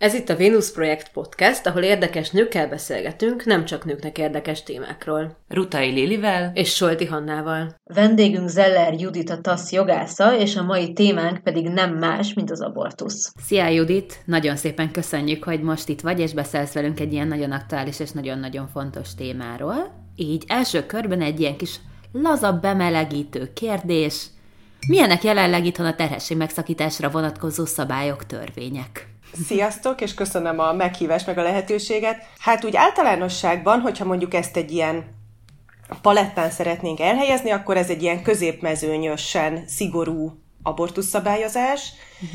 Ez itt a Vénusz Projekt Podcast, ahol érdekes nőkkel beszélgetünk, nem csak nőknek érdekes témákról. Rutai Lilivel és Solti Hannával. Vendégünk Zeller Judit, a TASZ jogásza, és a mai témánk pedig nem más, mint az abortusz. Szia Judit! Nagyon szépen köszönjük, hogy most itt vagy, és beszélsz velünk egy ilyen nagyon aktuális és nagyon-nagyon fontos témáról. Így első körben egy ilyen kis lazabb, bemelegítő kérdés. Milyenek jelenleg itthon a terhesség megszakításra vonatkozó szabályok, törvények? Sziasztok, és köszönöm a meghívást meg a lehetőséget. Hát úgy általánosságban, hogyha mondjuk ezt egy ilyen palettán szeretnénk elhelyezni, akkor ez egy ilyen középmezőnyösen szigorú abortuszszabályozás.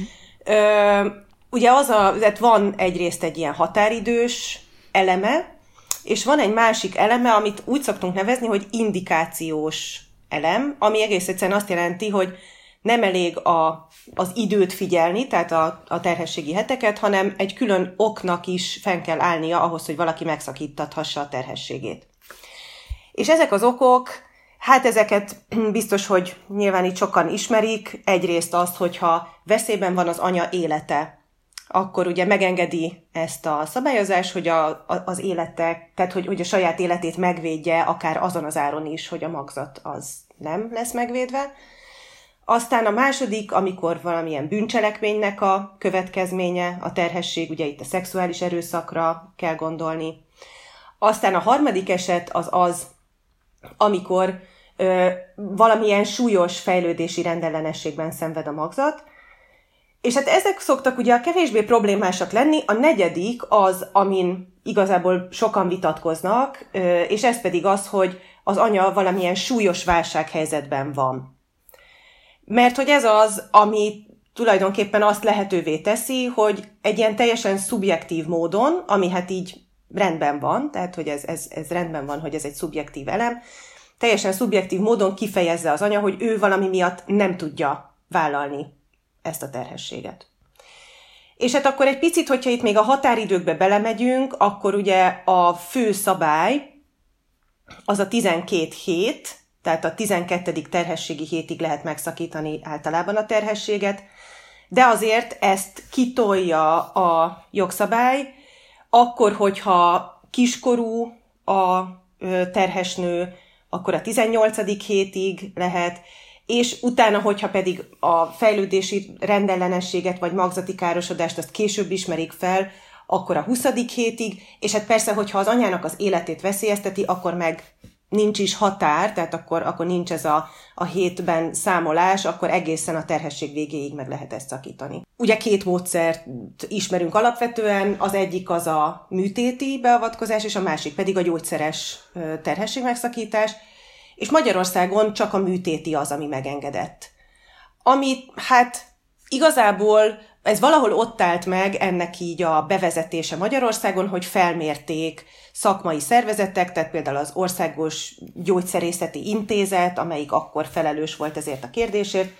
Ugye tehát van egyrészt egy ilyen határidős eleme, és van egy másik eleme, amit úgy szoktunk nevezni, hogy indikációs elem, ami egész egyszerűen azt jelenti, hogy nem elég az időt figyelni, tehát a terhességi heteket, hanem egy külön oknak is fenn kell állnia ahhoz, hogy valaki megszakítathassa a terhességét. És ezek az okok, hát ezeket biztos, hogy nyilván itt sokan ismerik. Egyrészt azt, hogyha veszélyben van az anya élete, akkor ugye megengedi ezt a szabályozás, hogy az élete, tehát hogy a saját életét megvédje, akár azon az áron is, hogy a magzat az nem lesz megvédve. Aztán a második, amikor valamilyen bűncselekménynek a következménye, a terhesség, ugye itt a szexuális erőszakra kell gondolni. Aztán a harmadik eset az, amikor valamilyen súlyos fejlődési rendellenességben szenved a magzat, és hát ezek szoktak ugye a kevésbé problémásak lenni. A negyedik az, amin igazából sokan vitatkoznak, és ez pedig az, hogy az anya valamilyen súlyos válsághelyzetben van. Mert hogy ez az, ami tulajdonképpen azt lehetővé teszi, hogy egy ilyen teljesen szubjektív módon, ami hát így rendben van, tehát hogy ez rendben van, hogy ez egy szubjektív elem, teljesen szubjektív módon kifejezze az anya, hogy ő valami miatt nem tudja vállalni ezt a terhességet. És hát akkor egy picit, hogyha itt még a határidőkbe belemegyünk, akkor ugye a fő szabály az a 12 hét, tehát a 12. terhességi hétig lehet megszakítani általában a terhességet, de azért ezt kitolja a jogszabály, akkor, hogyha kiskorú a terhesnő, akkor a 18. hétig lehet, és utána, hogyha pedig a fejlődési rendellenességet vagy magzati károsodást azt később ismerik fel, akkor a 20. hétig, és hát persze, hogyha az anyának az életét veszélyezteti, akkor meg nincs is határ, tehát akkor nincs ez a hétben számolás, akkor egészen a terhesség végéig meg lehet ezt szakítani. Ugye 2 módszert ismerünk alapvetően, az egyik az a műtéti beavatkozás, és a másik pedig a gyógyszeres terhességmegszakítás, és Magyarországon csak a műtéti az, ami megengedett. Ami hát igazából ez valahol ott állt meg ennek így a bevezetése Magyarországon, hogy felmérték szakmai szervezetek, tehát például az Országos Gyógyszerészeti Intézet, amelyik akkor felelős volt ezért a kérdésért,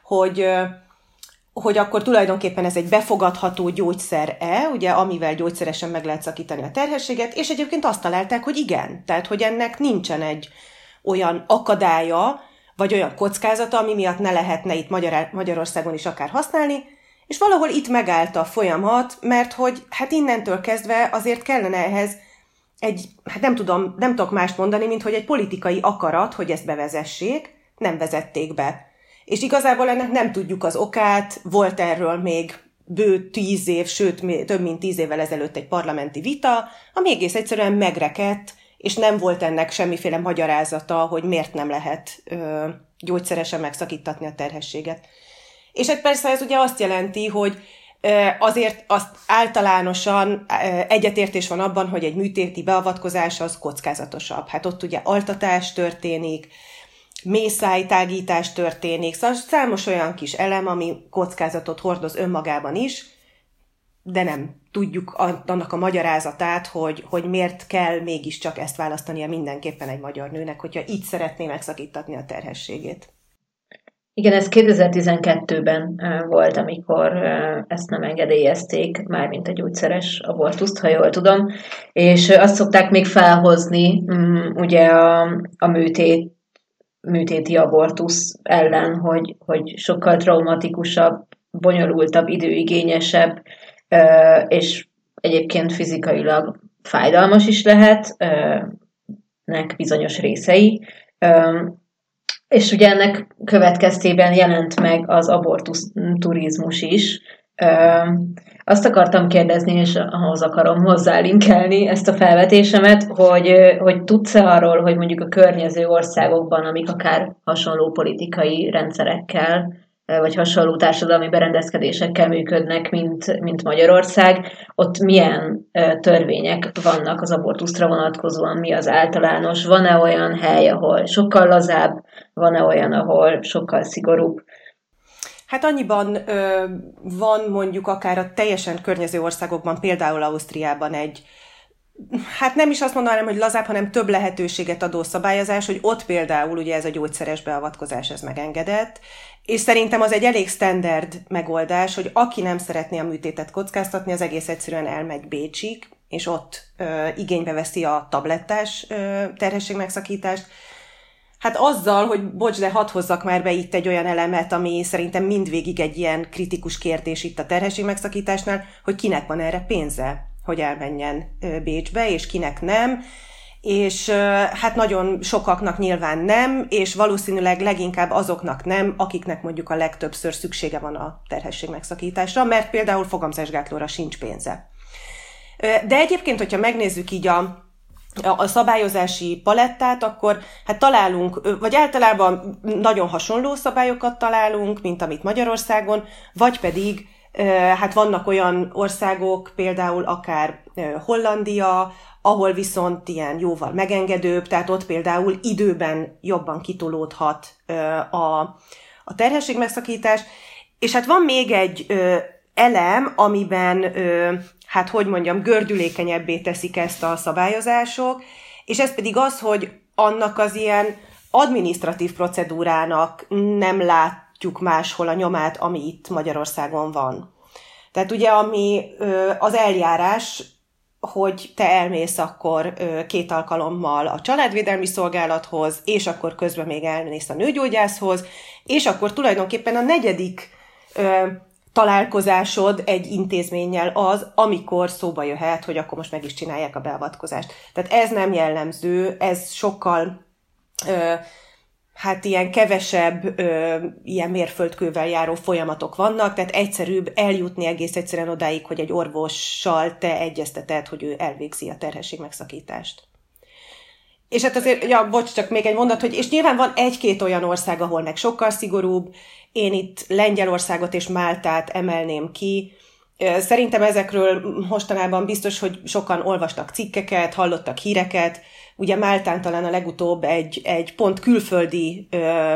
hogy akkor tulajdonképpen ez egy befogadható gyógyszer-e, ugye, amivel gyógyszeresen meg lehet szakítani a terhességet, és egyébként azt találták, hogy igen, tehát hogy ennek nincsen egy olyan akadálya, vagy olyan kockázata, ami miatt ne lehetne itt Magyarországon is akár használni, és valahol itt megállt a folyamat, mert hogy hát innentől kezdve azért kellene ehhez hát nem tudok mást mondani, mint hogy egy politikai akarat, hogy ezt bevezessék, nem vezették be. És igazából ennek nem tudjuk az okát, volt erről még bő 10 év, sőt több mint 10 évvel ezelőtt egy parlamenti vita, ami egész egyszerűen megrekedt, és nem volt ennek semmiféle magyarázata, hogy miért nem lehet gyógyszeresen megszakítatni a terhességet. És hát persze ez ugye azt jelenti, hogy azért azt általánosan egyetértés van abban, hogy egy műtéti beavatkozás az kockázatosabb. Hát ott ugye altatás történik, méhszájtágítás történik, szóval számos olyan kis elem, ami kockázatot hordoz önmagában is, de nem tudjuk annak a magyarázatát, hogy miért kell mégiscsak ezt választania mindenképpen egy magyar nőnek, hogyha így szeretné megszakítatni a terhességét. Igen, ez 2012-ben volt, amikor ezt nem engedélyezték, mármint a gyógyszeres abortuszt, ha jól tudom, és azt szokták még felhozni, ugye a műtéti abortusz ellen, hogy sokkal traumatikusabb, bonyolultabb, időigényesebb, és egyébként fizikailag fájdalmas is lehet, nek bizonyos részei, és ugye ennek következtében jelent meg az abortusz turizmus is. Azt akartam kérdezni, és ahhoz akarom hozzálinkelni ezt a felvetésemet, hogy tudsz-e arról, hogy mondjuk a környező országokban, amik akár hasonló politikai rendszerekkel, vagy hasonló társadalmi berendezkedésekkel működnek, mint Magyarország, ott milyen törvények vannak az abortuszra vonatkozóan, mi az általános, van-e olyan hely, ahol sokkal lazább, van-e olyan, ahol sokkal szigorúbb? Hát annyiban van mondjuk akár a teljesen környező országokban, például Ausztriában hát nem is azt mondanám, hogy lazább, hanem több lehetőséget adó szabályozás, hogy ott például ugye ez a gyógyszeres beavatkozás ez megengedett, és szerintem az egy elég standard megoldás, hogy aki nem szeretné a műtétet kockáztatni, az egész egyszerűen elmegy Bécsig, és ott igénybe veszi a tablettás terhességmegszakítást. Hát azzal, hogy bocs, de hadd hozzak már be itt egy olyan elemet, ami szerintem mindvégig egy ilyen kritikus kérdés itt a terhességmegszakításnál, hogy kinek van erre pénze, hogy elmenjen Bécsbe, és kinek nem. És hát nagyon sokaknak nyilván nem, és valószínűleg leginkább azoknak nem, akiknek mondjuk a legtöbbször szüksége van a terhességmegszakításra, mert például fogamzásgátlóra sincs pénze. De egyébként, hogyha megnézzük így a szabályozási palettát, akkor hát találunk, vagy általában nagyon hasonló szabályokat találunk, mint amit Magyarországon, vagy pedig hát vannak olyan országok, például akár Hollandia, ahol viszont ilyen jóval megengedőbb, tehát ott például időben jobban kitolódhat a terhességmegszakítás. És hát van még egy elem, amiben, hát hogy mondjam, gördülékenyebbé teszik ezt a szabályozások, és ez pedig az, hogy annak az ilyen adminisztratív procedúrának nem látjuk máshol a nyomát, ami itt Magyarországon van. Tehát ugye, ami az eljárás, hogy te elmész akkor 2 alkalommal a családvédelmi szolgálathoz, és akkor közben még elmész a nőgyógyászhoz, és akkor tulajdonképpen a 4. találkozásod egy intézménnyel az, amikor szóba jöhet, hogy akkor most meg is csinálják a beavatkozást. Tehát ez nem jellemző, ez sokkal hát ilyen kevesebb ilyen mérföldkővel járó folyamatok vannak, tehát egyszerűbb eljutni egész egyszerűen odáig, hogy egy orvossal te egyezteted, hogy ő elvégzi a terhességmegszakítást. És hát azért, csak még egy mondat, hogy és nyilván van 1-2 olyan ország, ahol meg sokkal szigorúbb. Én itt Lengyelországot és Máltát emelném ki. Szerintem ezekről mostanában biztos, hogy sokan olvastak cikkeket, hallottak híreket. Ugye Máltán talán a legutóbb egy pont külföldi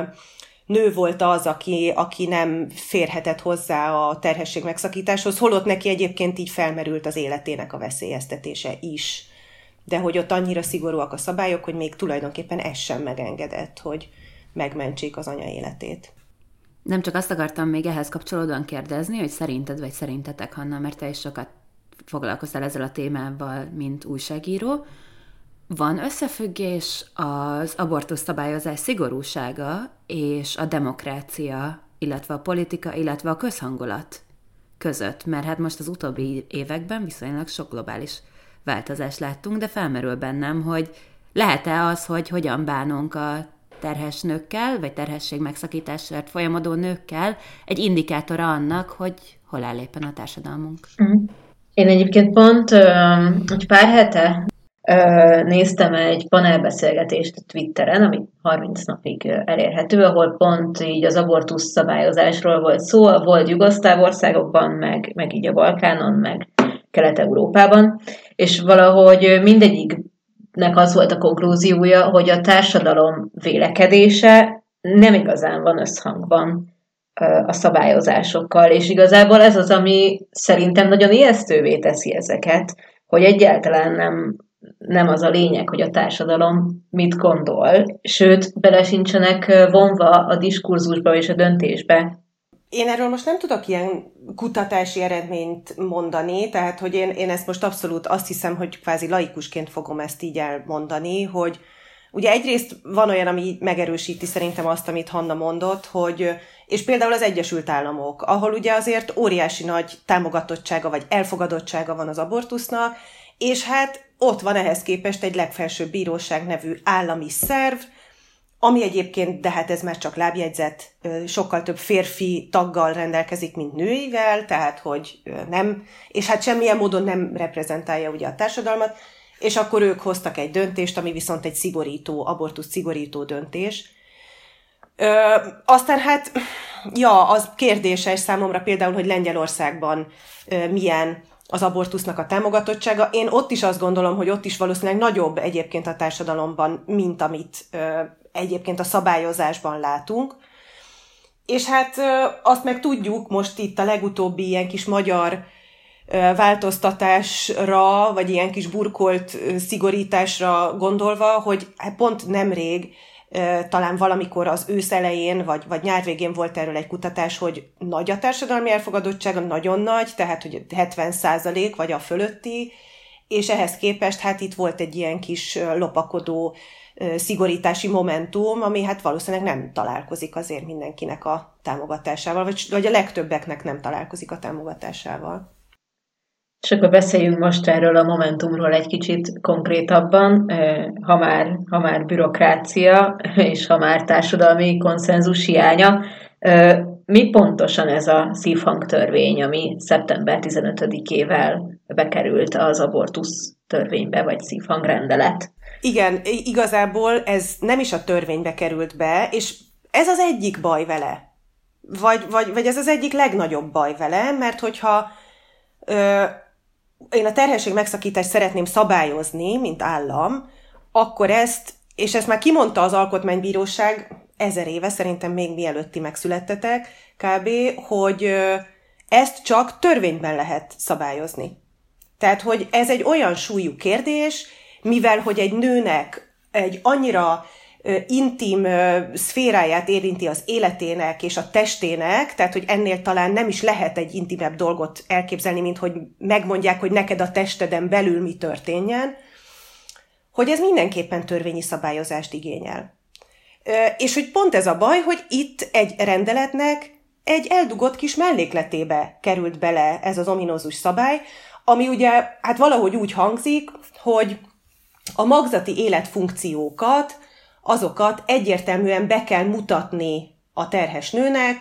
nő volt az, aki nem férhetett hozzá a terhességmegszakításhoz, holott neki egyébként így felmerült az életének a veszélyeztetése is. De hogy ott annyira szigorúak a szabályok, hogy még tulajdonképpen ez sem megengedett, hogy megmentsék az anya életét. Nem csak azt akartam még ehhez kapcsolódóan kérdezni, hogy szerinted vagy szerintetek, Hanna, mert te is sokat foglalkoztál ezzel a témával, mint újságíró. Van összefüggés az abortusz szabályozás szigorúsága és a demokrácia, illetve a politika, illetve a közhangulat között? Mert hát most az utóbbi években viszonylag sok globális változást láttunk, de felmerül bennem, hogy lehet-e az, hogy hogyan bánunk a terhes nőkkel, vagy terhesség megszakításért folyamodó nőkkel egy indikátora annak, hogy hol áll éppen a társadalmunk. Én egyébként pont egy pár hete néztem egy panelbeszélgetést a Twitteren, ami 30 napig elérhető, ahol pont így az abortusz szabályozásról volt szó, volt jugoszláv országokban, meg így a Balkánon, meg Kelet-Európában, és valahogy mindegyiknek az volt a konklúziója, hogy a társadalom vélekedése nem igazán van összhangban a szabályozásokkal, és igazából ez az, ami szerintem nagyon ijesztővé teszi ezeket, hogy egyáltalán nem az a lényeg, hogy a társadalom mit gondol, sőt, bele sincsenek vonva a diskurzusba és a döntésbe. Én erről most nem tudok ilyen kutatási eredményt mondani, tehát hogy én ezt most abszolút azt hiszem, hogy kvázi laikusként fogom ezt így elmondani, hogy ugye egyrészt van olyan, ami megerősíti szerintem azt, amit Hanna mondott, hogy és például az Egyesült Államok, ahol ugye azért óriási nagy támogatottsága vagy elfogadottsága van az abortusznak, és hát ott van ehhez képest egy legfelsőbb bíróság nevű állami szerv, ami egyébként, de hát ez már csak lábjegyzet, sokkal több férfi taggal rendelkezik, mint nőivel, tehát hogy nem, és hát semmilyen módon nem reprezentálja ugye a társadalmat, és akkor ők hoztak egy döntést, ami viszont egy szigorító, abortusz szigorító döntés. Aztán hát, az kérdéses számomra például, hogy Lengyelországban milyen az abortusznak a támogatottsága. Én ott is azt gondolom, hogy ott is valószínűleg nagyobb egyébként a társadalomban, mint amit egyébként a szabályozásban látunk. És hát azt meg tudjuk most itt a legutóbbi ilyen kis magyar változtatásra, vagy ilyen kis burkolt szigorításra gondolva, hogy pont nemrég, talán valamikor az ősz elején, vagy nyár végén volt erről egy kutatás, hogy nagy a társadalmi elfogadottsága, nagyon nagy, tehát hogy 70% vagy a fölötti, és ehhez képest hát itt volt egy ilyen kis lopakodó szigorítási momentum, ami hát valószínűleg nem találkozik azért mindenkinek a támogatásával, vagy a legtöbbeknek nem találkozik a támogatásával. És akkor beszéljünk most erről a momentumról egy kicsit konkrétabban, ha már bürokrácia, és ha már társadalmi konszenzus hiánya. Mi pontosan ez a szívhangtörvény, ami szeptember 15-ével bekerült az abortusz törvénybe, vagy szívhangrendelet? Igen, igazából ez nem is a törvénybe került be, és ez az egyik baj vele. Vagy ez az egyik legnagyobb baj vele, mert hogyha én a terhesség megszakítást szeretném szabályozni, mint állam, akkor és ezt már kimondta az Alkotmánybíróság 1000 éve, szerintem még mielőtt ti megszülettetek, kb., hogy ezt csak törvényben lehet szabályozni. Tehát, hogy ez egy olyan súlyú kérdés, mivel hogy egy nőnek egy annyira intim szféráját érinti az életének és a testének, tehát, hogy ennél talán nem is lehet egy intimebb dolgot elképzelni, mint hogy megmondják, hogy neked a testeden belül mi történjen, hogy ez mindenképpen törvényi szabályozást igényel. És hogy pont ez a baj, hogy itt egy rendeletnek egy eldugott kis mellékletébe került bele ez az ominózus szabály, ami ugye hát valahogy úgy hangzik, hogy a magzati életfunkciókat, azokat egyértelműen be kell mutatni a terhes nőnek,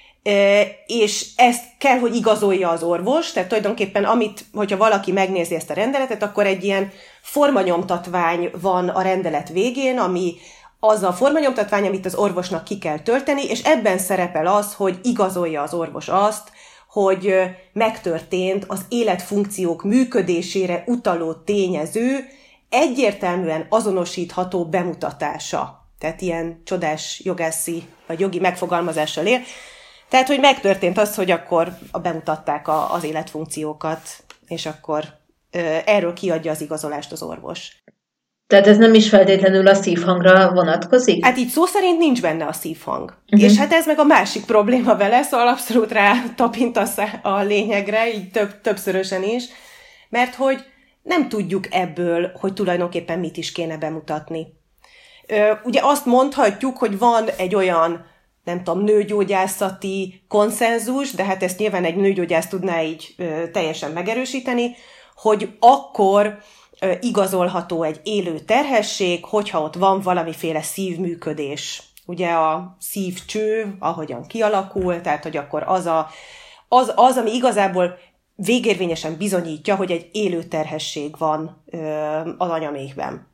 és ezt kell, hogy igazolja az orvos, tehát tulajdonképpen hogyha valaki megnézi ezt a rendeletet, akkor egy ilyen formanyomtatvány van a rendelet végén, ami az a formanyomtatvány, amit az orvosnak ki kell tölteni, és ebben szerepel az, hogy igazolja az orvos azt, hogy megtörtént az életfunkciók működésére utaló tényező egyértelműen azonosítható bemutatása. Tehát ilyen csodás jogászi vagy jogi megfogalmazással él. Tehát, hogy megtörtént az, hogy akkor bemutatták az életfunkciókat, és akkor erről kiadja az igazolást az orvos. Tehát ez nem is feltétlenül a szívhangra vonatkozik? Hát így szó szerint nincs benne a szívhang. És hát ez meg a másik probléma vele, szóval abszolút rá tapintasz a lényegre, így többszörösen is, mert hogy nem tudjuk ebből, hogy tulajdonképpen mit is kéne bemutatni. Ugye azt mondhatjuk, hogy van egy olyan, nem tudom, nőgyógyászati konszenzus, de hát ezt nyilván egy nőgyógyász tudná így teljesen megerősíteni, hogy akkor igazolható egy élő terhesség, hogyha ott van valamiféle szívműködés. Ugye a szívcső, ahogyan kialakul, tehát hogy akkor az, ami igazából végérvényesen bizonyítja, hogy egy élő terhesség van az anyamékben.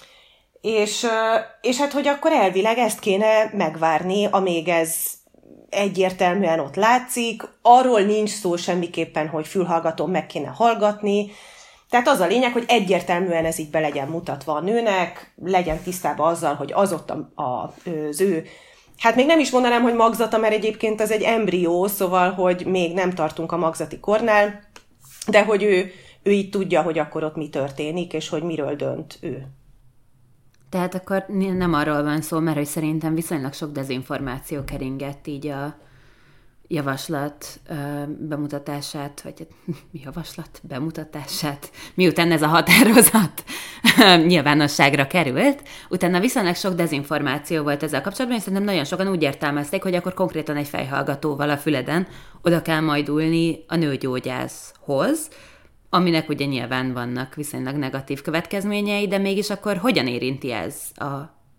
És hát, hogy akkor elvileg ezt kéne megvárni, amíg ez egyértelműen ott látszik, arról nincs szó semmiképpen, hogy fülhallgatón meg kéne hallgatni, tehát az a lényeg, hogy egyértelműen ez így be legyen mutatva a nőnek, legyen tisztában azzal, hogy az ott az ő, hát még nem is mondanám, hogy magzata, mert egyébként ez egy embrió, szóval, hogy még nem tartunk a magzati kornál, de hogy ő így tudja, hogy akkor ott mi történik, és hogy miről dönt ő. Tehát akkor nem arról van szó, mert hogy szerintem viszonylag sok dezinformáció keringett így javaslat bemutatását, vagy javaslat bemutatását, miután ez a határozat nyilvánosságra került, utána viszonylag sok dezinformáció volt ezzel kapcsolatban, és szerintem nagyon sokan úgy értelmezték, hogy akkor konkrétan egy fejhallgatóval a füleden oda kell majd ülni a nőgyógyászhoz, aminek ugye nyilván vannak viszonylag negatív következményei, de mégis akkor hogyan érinti ez a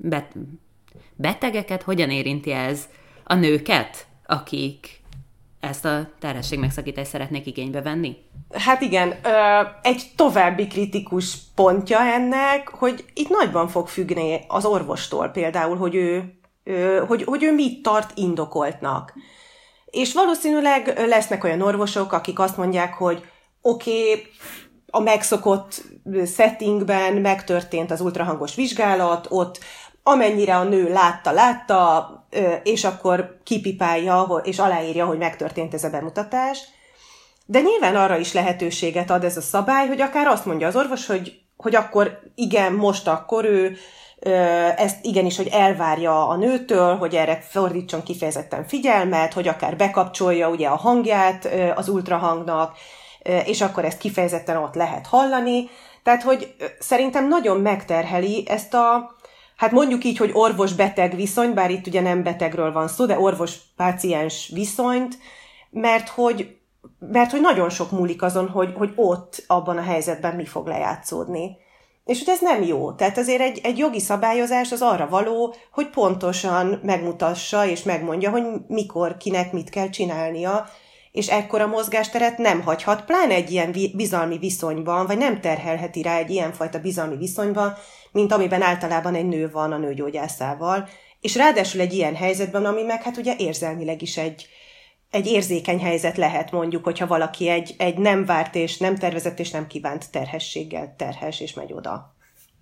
betegeket, hogyan érinti ez a nőket, akik ezt a terhességmegszakítást szeretnék igénybe venni? Hát igen, egy további kritikus pontja ennek, hogy itt nagyban fog függni az orvostól például, hogy ő mit tart indokoltnak. És valószínűleg lesznek olyan orvosok, akik azt mondják, hogy oké, a megszokott settingben megtörtént az ultrahangos vizsgálat, ott amennyire a nő látta, és akkor kipipálja, és aláírja, hogy megtörtént ez a bemutatás. De nyilván arra is lehetőséget ad ez a szabály, hogy akár azt mondja az orvos, hogy akkor igen, most akkor ő ezt igenis, hogy elvárja a nőtől, hogy erre fordítson kifejezetten figyelmet, hogy akár bekapcsolja ugye a hangját az ultrahangnak, és akkor ezt kifejezetten ott lehet hallani. Tehát, hogy szerintem nagyon megterheli ezt hát mondjuk így, hogy orvos-beteg viszony, bár itt ugye nem betegről van szó, de orvos-páciens viszonyt, mert hogy nagyon sok múlik azon, hogy ott, abban a helyzetben mi fog lejátszódni. És hogy ez nem jó. Tehát azért egy jogi szabályozás az arra való, hogy pontosan megmutassa és megmondja, hogy mikor, kinek mit kell csinálnia, és ekkora mozgásteret nem hagyhat, pláne egy ilyen bizalmi viszonyban, vagy nem terhelheti rá egy ilyenfajta bizalmi viszonyban, mint amiben általában egy nő van a nőgyógyászával, és ráadásul egy ilyen helyzetben, ami meg hát ugye érzelmileg is egy érzékeny helyzet lehet, mondjuk, hogyha valaki egy nem várt és nem tervezett és nem kívánt terhességgel terhes és megy oda.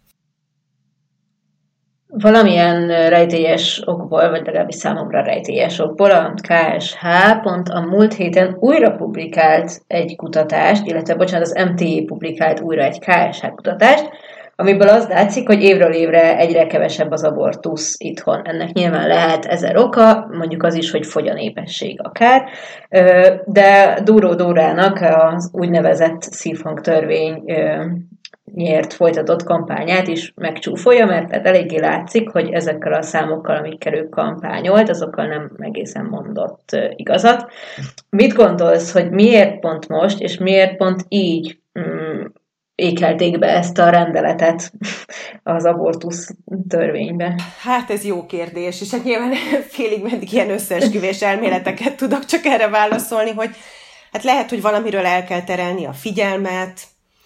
Valamilyen rejtélyes okból, vagy legalábbis számomra rejtélyes okból a KSH pont a múlt héten újra publikált egy kutatást, illetve az MTI publikált újra egy KSH kutatást, amiből az látszik, hogy évről évre egyre kevesebb az abortusz itthon. Ennek nyilván lehet 1000 oka, mondjuk az is, hogy fogy a népesség akár, de Dúró Dórának az úgynevezett szívhangtörvény nyert folytatott kampányát is megcsúfolja, mert hát eléggé látszik, hogy ezekkel a számokkal, amikkel ő kampányolt, azokkal nem egészen mondott igazat. Mit gondolsz, hogy miért pont most, és miért pont így ékelték be ezt a rendeletet az abortusz törvénybe? Hát ez jó kérdés, és hát nyilván félig meddig ilyen összeesküvés elméleteket tudok csak erre válaszolni, hogy hát lehet, hogy valamiről el kell terelni a figyelmet,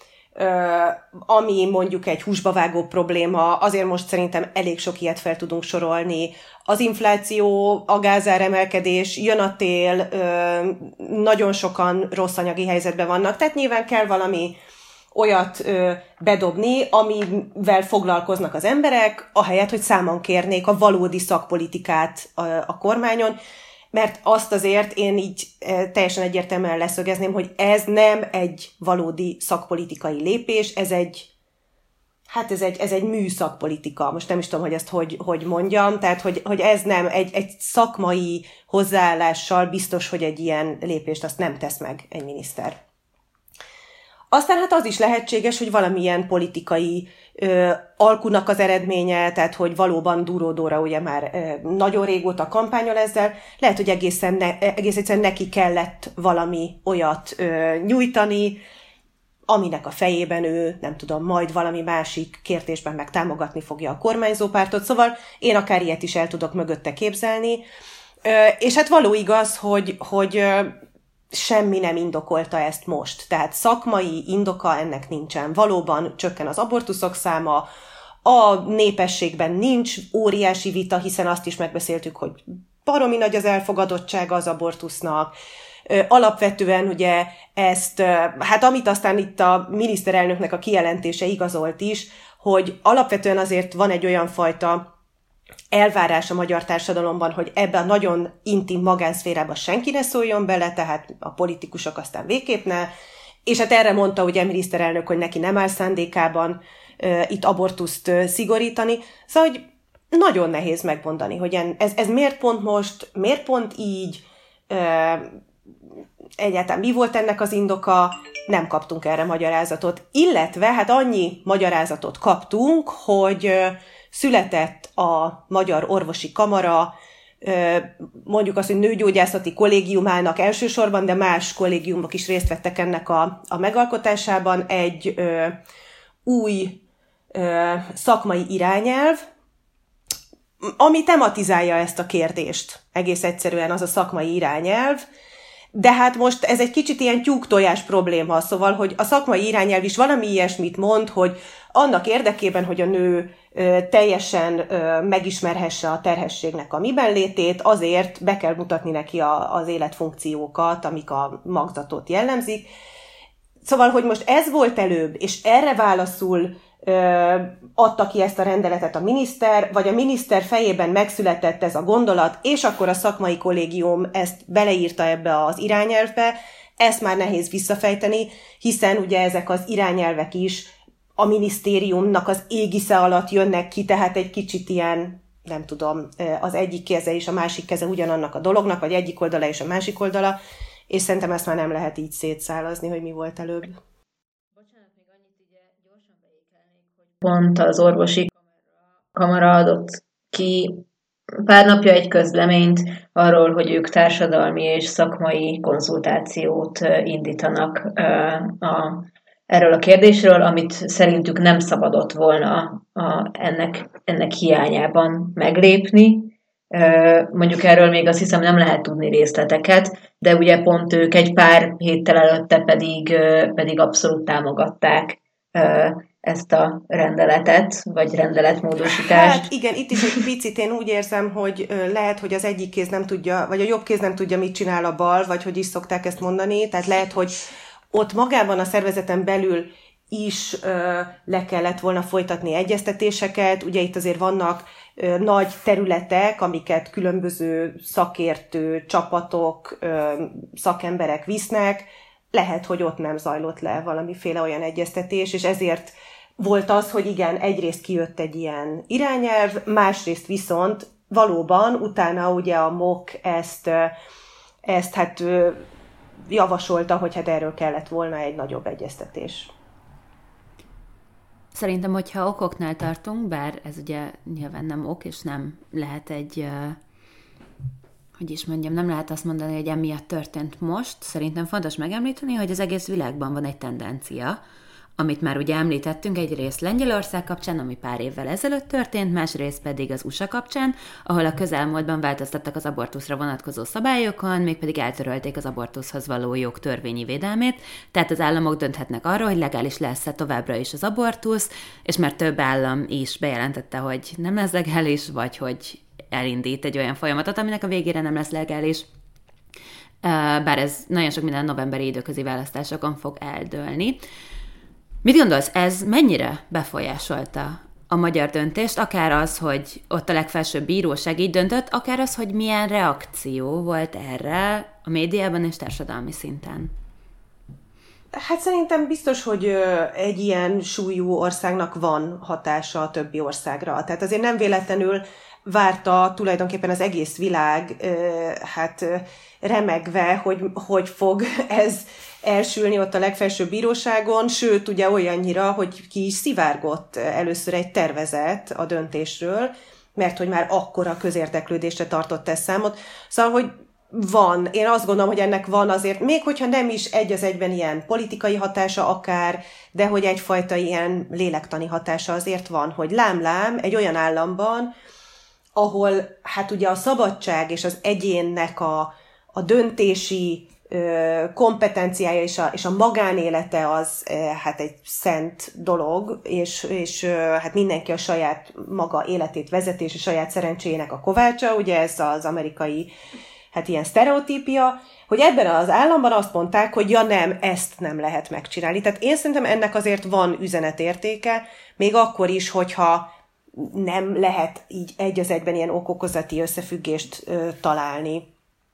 ami mondjuk egy húsba vágó probléma, azért most szerintem elég sok ilyet fel tudunk sorolni. Az infláció, a gázáremelkedés, jön a tél, nagyon sokan rossz anyagi helyzetben vannak, tehát nyilván kell valami olyat bedobni, amivel foglalkoznak az emberek, ahelyett, hogy számon kérnék a valódi szakpolitikát a kormányon, mert azt azért én így teljesen egyértelműen leszögezném, hogy ez nem egy valódi szakpolitikai lépés, ez egy műszakpolitika. Most nem is tudom, hogy ezt hogy mondjam, tehát hogy ez nem egy szakmai hozzáállással biztos, hogy egy ilyen lépést azt nem tesz meg egy miniszter. Aztán hát az is lehetséges, hogy valamilyen politikai alkunak az eredménye, tehát hogy valóban Dúró Dóra ugye már nagyon régóta kampányol ezzel, lehet, hogy egész egyszerűen neki kellett valami olyat nyújtani, aminek a fejében ő, nem tudom, majd valami másik kérdésben meg támogatni fogja a kormányzópártot, szóval én akár ilyet is el tudok mögötte képzelni, és hát való igaz, hogy semmi nem indokolta ezt most. Tehát szakmai indoka ennek nincsen. Valóban csökken az abortuszok száma, a népességben nincs óriási vita, hiszen azt is megbeszéltük, hogy baromi nagy az elfogadottsága az abortusznak. Alapvetően ugye ezt, hát amit aztán itt a miniszterelnöknek a kijelentése igazolt is, hogy alapvetően azért van egy olyan fajta elvárás a magyar társadalomban, hogy ebbe a nagyon intim magánszférába senki ne szóljon bele, tehát a politikusok aztán végképp ne, és hát erre mondta ugye a miniszterelnök, hogy neki nem áll szándékában itt abortuszt szigorítani, szóval hogy nagyon nehéz megmondani, hogy ez miért pont most, miért pont így, egyáltalán mi volt ennek az indoka, nem kaptunk erre magyarázatot. Illetve hát annyi magyarázatot kaptunk, hogy született a Magyar Orvosi Kamara, mondjuk azt, hogy nőgyógyászati kollégiumának elsősorban, de más kollégiumok is részt vettek ennek a megalkotásában, egy új szakmai irányelv, ami tematizálja ezt a kérdést. Egész egyszerűen az a szakmai irányelv, de hát most ez egy kicsit ilyen tyúk-tojás probléma, szóval, hogy a szakmai irányelv is valami ilyesmit mond, hogy annak érdekében, hogy a nő teljesen megismerhesse a terhességnek a miben létét, azért be kell mutatni neki az életfunkciókat, amik a magzatot jellemzik. Szóval, hogy most ez volt előbb, és erre válaszul adta ki ezt a rendeletet a miniszter, vagy a miniszter fejében megszületett ez a gondolat, és akkor a szakmai kollégium ezt beleírta ebbe az irányelvbe, ezt már nehéz visszafejteni, hiszen ugye ezek az irányelvek is a minisztériumnak az égisze alatt jönnek ki, tehát egy kicsit ilyen, nem tudom, az egyik keze és a másik keze ugyanannak a dolognak, vagy egyik oldala és a másik oldala, és szerintem ezt már nem lehet így szétszálazni, hogy mi volt előbb. Pont az orvosi kamara adott ki pár napja egy közleményt arról, hogy ők társadalmi és szakmai konzultációt indítanak erről a kérdésről, amit szerintük nem szabadott volna ennek hiányában meglépni. Mondjuk erről még azt hiszem nem lehet tudni részleteket, de ugye pont ők egy pár héttel előtte pedig abszolút támogatták ezt a rendeletet, vagy rendeletmódosítást. Hát igen, itt is egy picit én úgy érzem, hogy lehet, hogy az egyik kéz nem tudja, vagy a jobb kéz nem tudja, mit csinál a bal, vagy hogy is szokták ezt mondani, tehát lehet, hogy ott magában a szervezeten belül is le kellett volna folytatni egyeztetéseket, ugye itt azért vannak nagy területek, amiket különböző szakértő, csapatok, szakemberek visznek, lehet, hogy ott nem zajlott le valamiféle olyan egyeztetés, és ezért volt az, hogy igen, egyrészt kijött egy ilyen irányelv, másrészt viszont valóban utána ugye a MOK ezt hát javasolta, hogy hát erről kellett volna egy nagyobb egyeztetés. Szerintem, hogyha okoknál tartunk, bár ez ugye nyilván nem ok, és nem lehet egy, hogy is mondjam, nem lehet azt mondani, hogy emiatt történt most. Szerintem fontos megemlíteni, hogy az egész világban van egy tendencia, amit már ugye említettünk, egyrészt Lengyelország kapcsán, ami pár évvel ezelőtt történt, másrészt pedig az USA kapcsán, ahol a közelmúltban változtattak az abortuszra vonatkozó szabályokon, mégpedig eltörölték az abortuszhoz való jog törvényi védelmét, tehát az államok dönthetnek arról, hogy legális lesz-e továbbra is az abortusz, és már több állam is bejelentette, hogy nem lesz legális, vagy hogy elindít egy olyan folyamatot, aminek a végére nem lesz legális. Bár ez nagyon sok minden novemberi időközi választásokon fog eldőlni. Mit gondolsz, ez mennyire befolyásolta a magyar döntést, akár az, hogy ott a legfelsőbb bíróság így döntött, akár az, hogy milyen reakció volt erre a médiában és társadalmi szinten? Hát szerintem biztos, hogy egy ilyen súlyú országnak van hatása a többi országra. Tehát azért nem véletlenül várta tulajdonképpen az egész világ remegve, hogy fog ez elsülni ott a legfelsőbb bíróságon, sőt, ugye olyannyira, hogy ki is szivárgott először egy tervezet a döntésről, mert hogy már akkora közérdeklődésre tartott ez számot. Szóval, hogy van, én azt gondolom, hogy ennek van azért, még hogyha nem is egy az egyben ilyen politikai hatása akár, de hogy egyfajta ilyen lélektani hatása azért van, hogy lám-lám egy olyan államban, ahol hát ugye a szabadság és az egyénnek a döntési kompetenciája és a magánélete az hát egy szent dolog, és hát mindenki a saját maga életét vezeti, és a saját szerencséjének a kovácsa, ugye ez az amerikai hát ilyen sztereotípia, hogy ebben az államban azt mondták, hogy ja nem, ezt nem lehet megcsinálni. Tehát én szerintem ennek azért van üzenetértéke, még akkor is, hogyha nem lehet így egy az egyben ilyen okokozati összefüggést találni.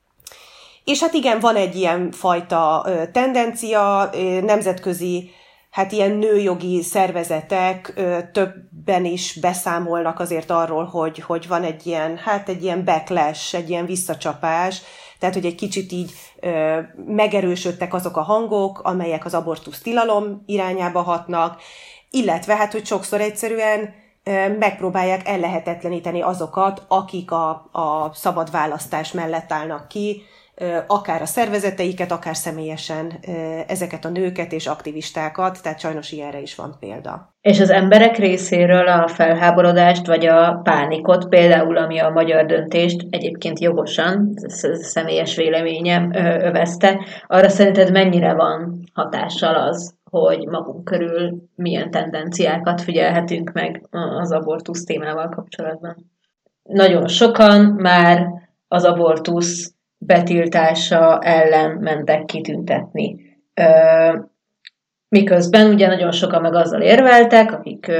És hát igen, van egy ilyen fajta tendencia, nemzetközi, hát ilyen nőjogi szervezetek többen is beszámolnak azért arról, hogy van egy ilyen backlash, egy ilyen visszacsapás. tehát hogy egy kicsit így megerősödtek azok a hangok, amelyek az abortusz tilalom irányába hatnak, illetve hát, hogy sokszor egyszerűen megpróbálják ellehetetleníteni azokat, akik a szabad választás mellett állnak ki, akár a szervezeteiket, akár személyesen ezeket a nőket és aktivistákat, tehát sajnos ilyenre is van példa. És az emberek részéről a felháborodást vagy a pánikot, például ami a magyar döntést egyébként jogosan, személyes véleményem övezte, arra szerinted mennyire van hatással az, hogy magunk körül milyen tendenciákat figyelhetünk meg az abortusz témával kapcsolatban? Nagyon sokan már az abortusz betiltása ellen mentek kitüntetni. Miközben ugye nagyon sokan meg azzal érveltek, akik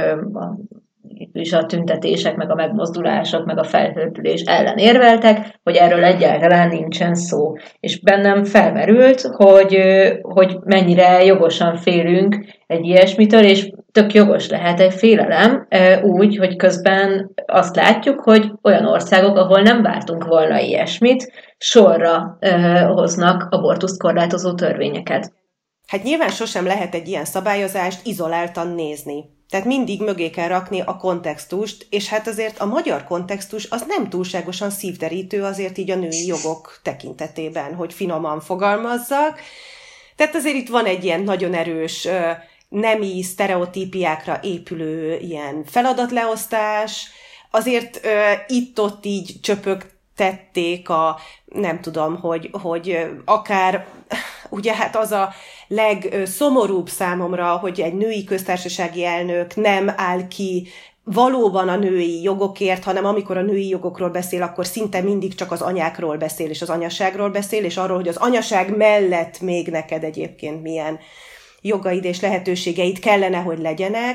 is a tüntetések, meg a megmozdulások, meg a felhördülés ellen érveltek, hogy erről egyáltalán nincsen szó. És bennem felmerült, hogy mennyire jogosan félünk egy ilyesmitől, és tök jogos lehet egy félelem, úgy, hogy közben azt látjuk, hogy olyan országok, ahol nem vártunk volna ilyesmit, sorra hoznak abortuszt korlátozó törvényeket. Hát nyilván sosem lehet egy ilyen szabályozást izoláltan nézni. Tehát mindig mögé kell rakni a kontextust, és hát azért a magyar kontextus az nem túlságosan szívderítő azért így a női jogok tekintetében, hogy finoman fogalmazzak. Tehát azért itt van egy ilyen nagyon erős nemi sztereotípiákra épülő ilyen feladatleosztás, azért itt-ott így csöpögtették nem tudom, hogy akár, ugye hát az a legszomorúbb számomra, hogy egy női köztársasági elnök nem áll ki valóban a női jogokért, hanem amikor a női jogokról beszél, akkor szinte mindig csak az anyákról beszél, és az anyaságról beszél, és arról, hogy az anyaság mellett még neked egyébként milyen jogaid és lehetőségeid kellene, hogy legyenek.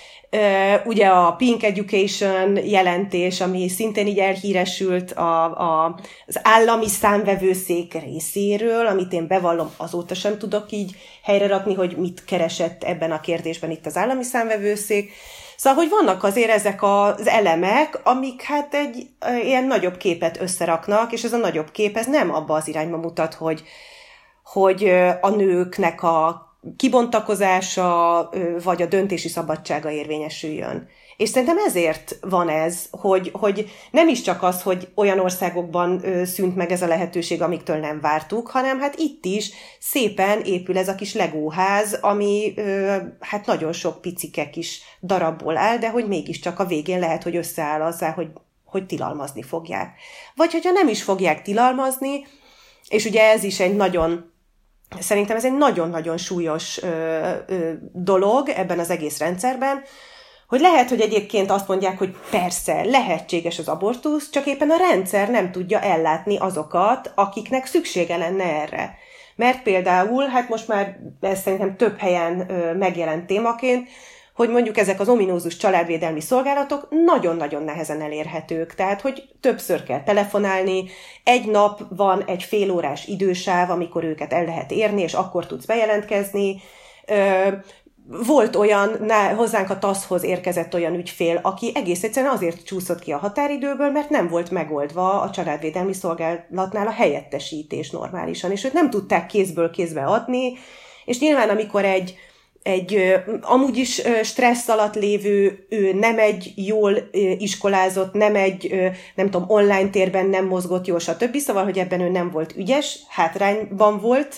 Ugye a Pink Education jelentés, ami szintén így elhíresült az állami számvevőszék részéről, amit én bevallom, azóta sem tudok így helyre rakni, hogy mit keresett ebben a kérdésben itt az állami számvevőszék. Szóval, hogy vannak azért ezek az elemek, amik hát egy ilyen nagyobb képet összeraknak, és ez a nagyobb kép, ez nem abba az irányba mutat, hogy a nőknek a kibontakozása, vagy a döntési szabadsága érvényesüljön. És szerintem ezért van ez, hogy nem is csak az, hogy olyan országokban szűnt meg ez a lehetőség, amiktől nem vártuk, hanem hát itt is szépen épül ez a kis legóház, ami hát nagyon sok picike kis darabból áll, de hogy mégiscsak a végén lehet, hogy összeáll azzá, hogy tilalmazni fogják. Vagy hogyha nem is fogják tilalmazni, és ugye ez is egy szerintem ez egy nagyon-nagyon súlyos dolog ebben az egész rendszerben, hogy lehet, hogy egyébként azt mondják, hogy persze, lehetséges az abortusz, csak éppen a rendszer nem tudja ellátni azokat, akiknek szüksége lenne erre. Mert például, hát most már ez szerintem több helyen megjelent témaként, hogy mondjuk ezek az ominózus családvédelmi szolgálatok nagyon-nagyon nehezen elérhetők. Tehát, hogy többször kell telefonálni, egy nap van egy félórás idősáv, amikor őket el lehet érni, és akkor tudsz bejelentkezni. Volt olyan, hozzánk a TASZ-hoz érkezett olyan ügyfél, aki egész egyszerűen azért csúszott ki a határidőből, mert nem volt megoldva a családvédelmi szolgálatnál a helyettesítés normálisan, és őt nem tudták kézből kézbe adni, és nyilván amikor egy amúgy is stressz alatt lévő, ő nem egy jól iskolázott, nem egy, nem tudom, online térben nem mozgott jól, stb. Szóval, hogy ebben ő nem volt ügyes, hátrányban volt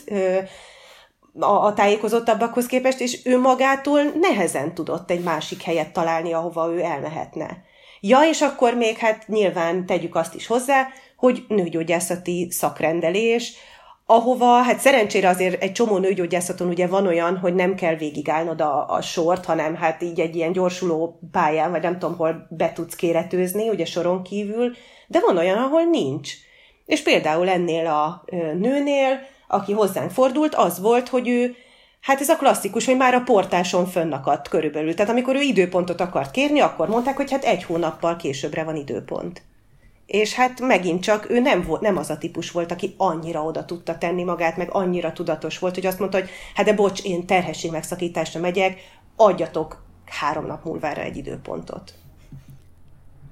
a tájékozottabbakhoz képest, és ő magától nehezen tudott egy másik helyet találni, ahova ő elmehetne. Ja, és akkor még hát nyilván tegyük azt is hozzá, hogy nőgyógyászati szakrendelés, ahova, hát szerencsére azért egy csomó nőgyógyászaton ugye van olyan, hogy nem kell végigállnod a sort, hanem hát így egy ilyen gyorsuló pályán, vagy nem tudom, hol be tudsz kéretőzni, ugye soron kívül, de van olyan, ahol nincs. És például ennél a nőnél, aki hozzánk fordult, az volt, hogy ő, hát ez a klasszikus, hogy már a portáson fönnakadt körülbelül. Tehát amikor ő időpontot akart kérni, akkor mondták, hogy hát 1 hónappal későbbre van időpont. És hát megint csak ő nem az a típus volt, aki annyira oda tudta tenni magát, meg annyira tudatos volt, hogy azt mondta, hogy hát de bocs, én terhesség megszakításra megyek, adjatok 3 nap múlvára egy időpontot.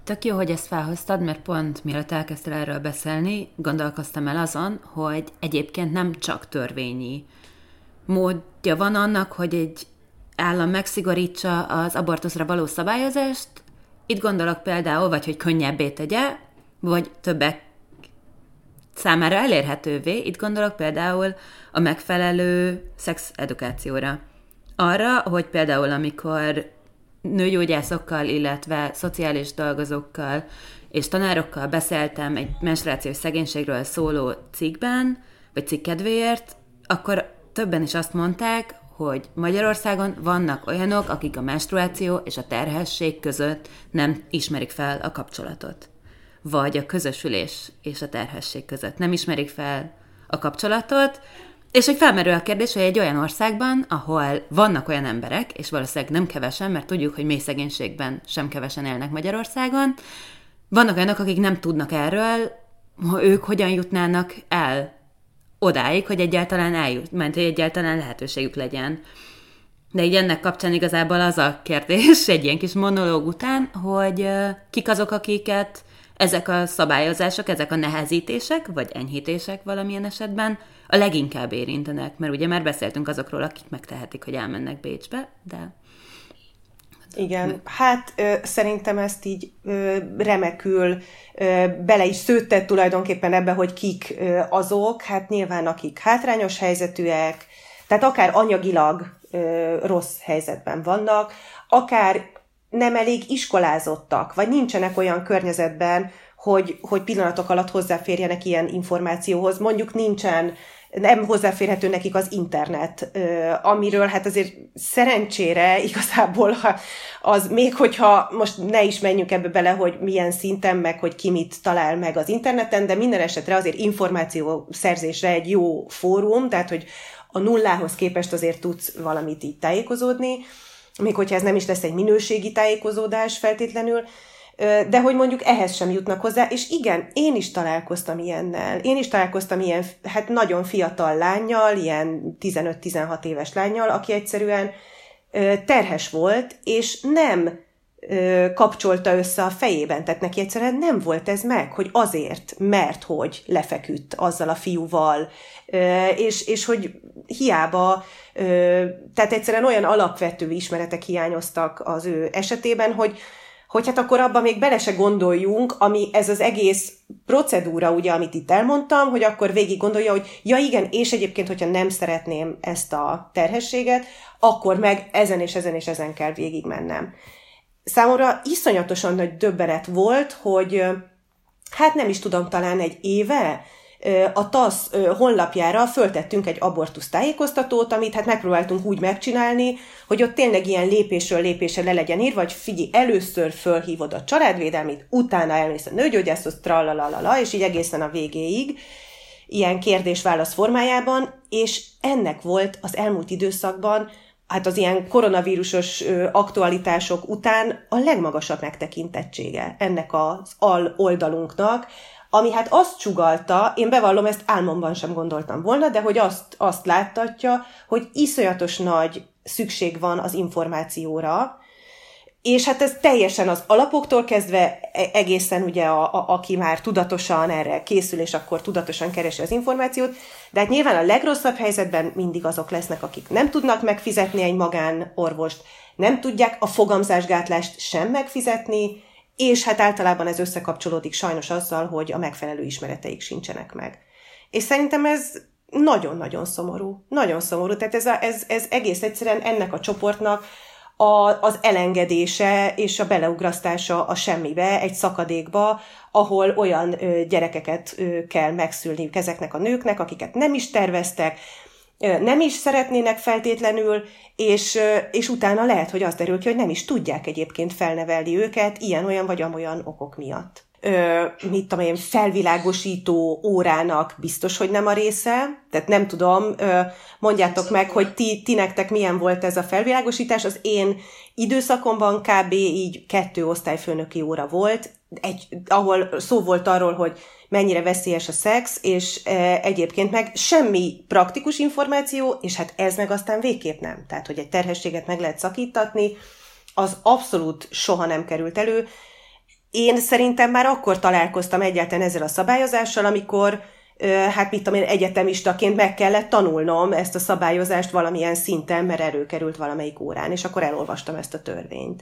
Tök jó, hogy ezt felhoztad, mert pont mielőtt elkezdtél erről beszélni, gondolkoztam el azon, hogy egyébként nem csak törvényi módja van annak, hogy egy állam megszigorítsa az abortuszra való szabályozást. Itt gondolok például, vagy hogy könnyebbé tegye, vagy többek számára elérhetővé. Itt gondolok például a megfelelő szexedukációra. Arra, hogy például amikor nőgyógyászokkal, illetve szociális dolgozókkal és tanárokkal beszéltem egy menstruációs szegénységről szóló cikkben, vagy cikkedvéért, akkor többen is azt mondták, hogy Magyarországon vannak olyanok, akik a menstruáció és a terhesség között nem ismerik fel a kapcsolatot. Vagy a közösülés és a terhesség között nem ismerik fel a kapcsolatot, és hogy felmerül a kérdés, hogy egy olyan országban, ahol vannak olyan emberek, és valószínűleg nem kevesen, mert tudjuk, hogy mély szegénységben sem kevesen élnek Magyarországon, vannak olyanok, akik nem tudnak erről, ők hogyan jutnának el odáig, hogy egyáltalán hogy egyáltalán lehetőségük legyen. De így ennek kapcsán igazából az a kérdés, egy ilyen kis monológ után, hogy kik azok, akiket ezek a szabályozások, ezek a nehezítések, vagy enyhítések valamilyen esetben a leginkább érintenek, mert ugye már beszéltünk azokról, akik megtehetik, hogy elmennek Bécsbe, de... Igen, hát szerintem ezt így remekül bele is szőtted tulajdonképpen ebbe, hogy kik azok, hát nyilván akik hátrányos helyzetűek, tehát akár anyagilag rossz helyzetben vannak, akár nem elég iskolázottak, vagy nincsenek olyan környezetben, hogy pillanatok alatt hozzáférjenek ilyen információhoz. Mondjuk nem hozzáférhető nekik az internet, amiről hát azért szerencsére igazából az még hogyha most ne is menjünk ebbe bele, hogy milyen szinten, meg hogy ki mit talál meg az interneten, de minden esetre azért információszerzésre egy jó fórum, tehát hogy a nullához képest azért tudsz valamit így tájékozódni, még hogyha ez nem is lesz egy minőségi tájékozódás feltétlenül, de hogy mondjuk ehhez sem jutnak hozzá, és igen, én is találkoztam ilyennel. Én is találkoztam ilyen, hát nagyon fiatal lánnyal, ilyen 15-16 éves lánnyal, aki egyszerűen terhes volt, és nem kapcsolta össze a fejében, tehát neki egyszerűen nem volt ez meg, hogy azért, mert hogy lefeküdt azzal a fiúval, és hogy hiába, tehát egyszerűen olyan alapvető ismeretek hiányoztak az ő esetében, hogy hát akkor abban még bele se gondoljunk, ami ez az egész procedúra, ugye, amit itt elmondtam, hogy akkor végig gondolja, hogy ja igen, és egyébként, hogyha nem szeretném ezt a terhességet, akkor meg ezen és ezen és ezen kell végigmennem. Számomra iszonyatosan nagy döbbenet volt, hogy hát nem is tudom, talán egy éve a TASZ honlapjára föltettünk egy abortusz tájékoztatót, amit hát megpróbáltunk úgy megcsinálni, hogy ott tényleg ilyen lépésről lépésre le legyen írva, vagy figyelj, először fölhívod a családvédelmit, utána elmész a nőgyógyászhoz, tralalala, és így egészen a végéig, ilyen kérdés-válasz formájában, és ennek volt az elmúlt időszakban, hát az ilyen koronavírusos aktualitások után a legmagasabb megtekintettsége ennek az aloldalunknak, ami hát azt sugallta, én bevallom, ezt álmomban sem gondoltam volna, de hogy azt láttatja, hogy iszonyatos nagy szükség van az információra, és hát ez teljesen az alapoktól kezdve egészen ugye aki már tudatosan erre készül, és akkor tudatosan keresi az információt, de hát nyilván a legrosszabb helyzetben mindig azok lesznek, akik nem tudnak megfizetni egy magánorvost, nem tudják a fogamzásgátlást sem megfizetni, és hát általában ez összekapcsolódik sajnos azzal, hogy a megfelelő ismereteik sincsenek meg. És szerintem ez nagyon-nagyon szomorú. Nagyon szomorú. Tehát ez egész egyszerűen ennek a csoportnak az elengedése és a beleugrasztása a semmibe, egy szakadékba, ahol olyan gyerekeket kell megszülniük ezeknek a nőknek, akiket nem is terveztek, nem is szeretnének feltétlenül, és utána lehet, hogy az derül ki, hogy nem is tudják egyébként felnevelni őket ilyen-olyan vagy amolyan okok miatt. Mit tudom én, felvilágosító órának biztos, hogy nem a része, tehát nem tudom, mondjátok meg, hogy ti nektek milyen volt ez a felvilágosítás. Az én időszakomban kb. Így 2 osztályfőnöki óra volt, ahol szó volt arról, hogy mennyire veszélyes a szex, és egyébként meg semmi praktikus információ, és hát ez meg aztán végképp nem. Tehát, hogy egy terhességet meg lehet szakítatni, az abszolút soha nem került elő, én szerintem már akkor találkoztam egyáltalán ezzel a szabályozással, amikor hát mit tudom én, egyetemistaként meg kellett tanulnom ezt a szabályozást valamilyen szinten, mert előkerült valamelyik órán, és akkor elolvastam ezt a törvényt.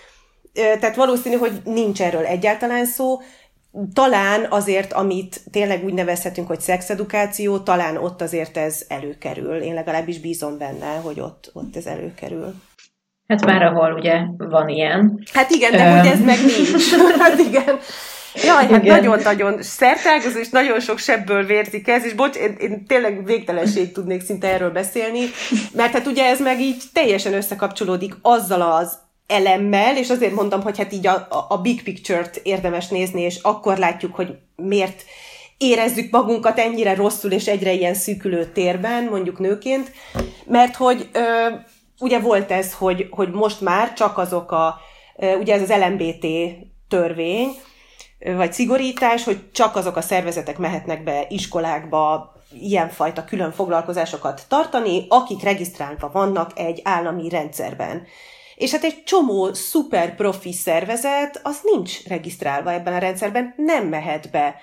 Tehát valószínű, hogy nincs erről egyáltalán szó. Talán azért, amit tényleg úgy nevezhetünk, hogy szexedukáció, talán ott azért ez előkerül. Én legalábbis bízom benne, hogy ott ez előkerül. Hát már ahol ugye van ilyen. Hát igen, de hogy ez meg nincs. Hát igen. Jaj, hát nagyon-nagyon szertágazó, és nagyon sok sebből vérzik ez, és bocs, én tényleg végtelenség tudnék szinte erről beszélni, mert hát ugye ez meg így teljesen összekapcsolódik azzal az elemmel, és azért mondom, hogy hát így a big picture-t érdemes nézni, és akkor látjuk, hogy miért érezzük magunkat ennyire rosszul, és egyre ilyen szűkülő térben, mondjuk nőként, mert hogy ugye volt ez, hogy most már csak azok ugye ez az LMBT törvény, vagy szigorítás, hogy csak azok a szervezetek mehetnek be iskolákba ilyenfajta külön foglalkozásokat tartani, akik regisztrálva vannak egy állami rendszerben. És hát egy csomó szuper profi szervezet, az nincs regisztrálva ebben a rendszerben, nem mehet be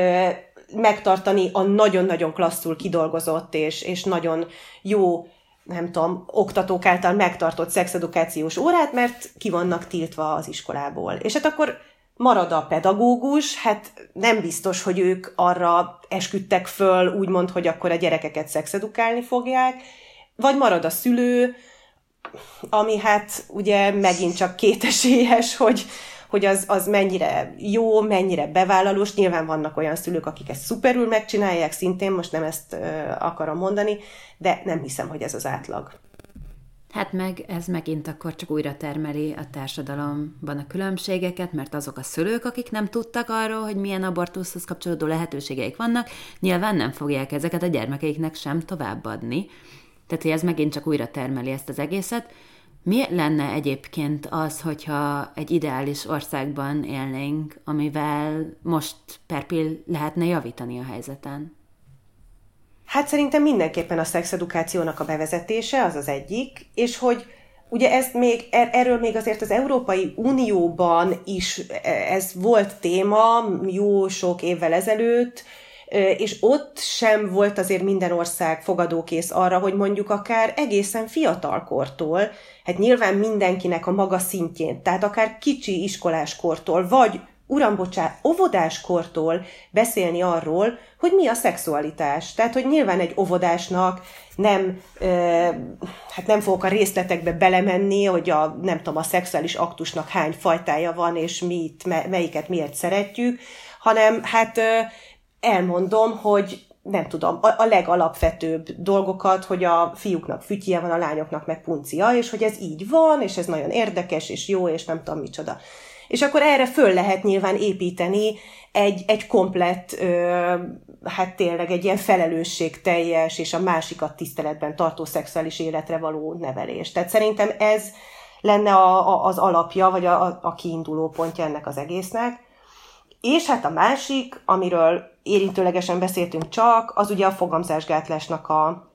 megtartani a nagyon-nagyon klasszul kidolgozott és nagyon jó, nem tudom, oktatók által megtartott szexedukációs órát, mert ki vannak tiltva az iskolából. És hát akkor marad a pedagógus, hát nem biztos, hogy ők arra esküdtek föl, úgymond, hogy akkor a gyerekeket szexedukálni fogják, vagy marad a szülő, ami hát ugye megint csak kétesélyes, hogy az mennyire jó, mennyire bevállalós. Nyilván vannak olyan szülők, akik ezt szuperül megcsinálják, szintén most nem ezt akarom mondani, de nem hiszem, hogy ez az átlag. Hát meg ez megint akkor csak újra termeli a társadalomban a különbségeket, mert azok a szülők, akik nem tudtak arról, hogy milyen abortuszhoz kapcsolódó lehetőségeik vannak, nyilván nem fogják ezeket a gyermekeiknek sem továbbadni. Tehát, hogy ez megint csak újra termeli ezt az egészet. Mi lenne egyébként az, hogyha egy ideális országban élnénk, amivel most per pill lehetne javítani a helyzeten? Hát szerintem mindenképpen a szexedukációnak a bevezetése az az egyik, és hogy ugye ezt még, erről még azért az Európai Unióban is ez volt téma jó sok évvel ezelőtt, és ott sem volt azért minden ország fogadókész arra, hogy mondjuk akár egészen fiatalkortól, hát nyilván mindenkinek a maga szintjén, tehát akár kicsi iskoláskortól, vagy óvodáskortól beszélni arról, hogy mi a szexualitás. Tehát, hogy nyilván egy óvodásnak hát nem fogok a részletekbe belemenni, hogy nem tudom, a szexuális aktusnak hány fajtája van, és melyiket miért szeretjük, hanem hát elmondom, hogy nem tudom, a legalapvetőbb dolgokat, hogy a fiúknak fütyje van, a lányoknak meg puncia, és hogy ez így van, és ez nagyon érdekes, és jó, és nem tudom micsoda. És akkor erre föl lehet nyilván építeni egy komplett, hát tényleg egy ilyen felelősségteljes, és a másikat tiszteletben tartó szexuális életre való nevelés. Tehát szerintem ez lenne az alapja, vagy a kiinduló pontja ennek az egésznek. És hát a másik, amiről érintőlegesen beszéltünk csak, az ugye a fogamzásgátlásnak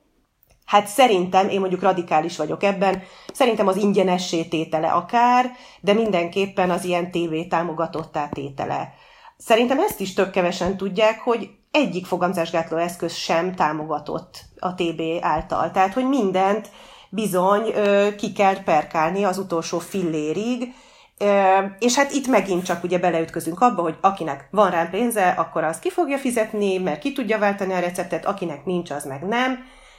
hát szerintem, én mondjuk radikális vagyok ebben, szerintem az ingyenessé tétele akár, de mindenképpen az ilyen TV támogatottá tétele. Szerintem ezt is tök kevesen tudják, hogy egyik fogamzásgátló eszköz sem támogatott a TB által. Tehát, hogy mindent bizony ki kell perkálni az utolsó fillérig, és hát itt megint csak ugye beleütközünk abba, hogy akinek van rá pénze, akkor az ki fogja fizetni, mert ki tudja váltani a receptet, akinek nincs, az meg nem.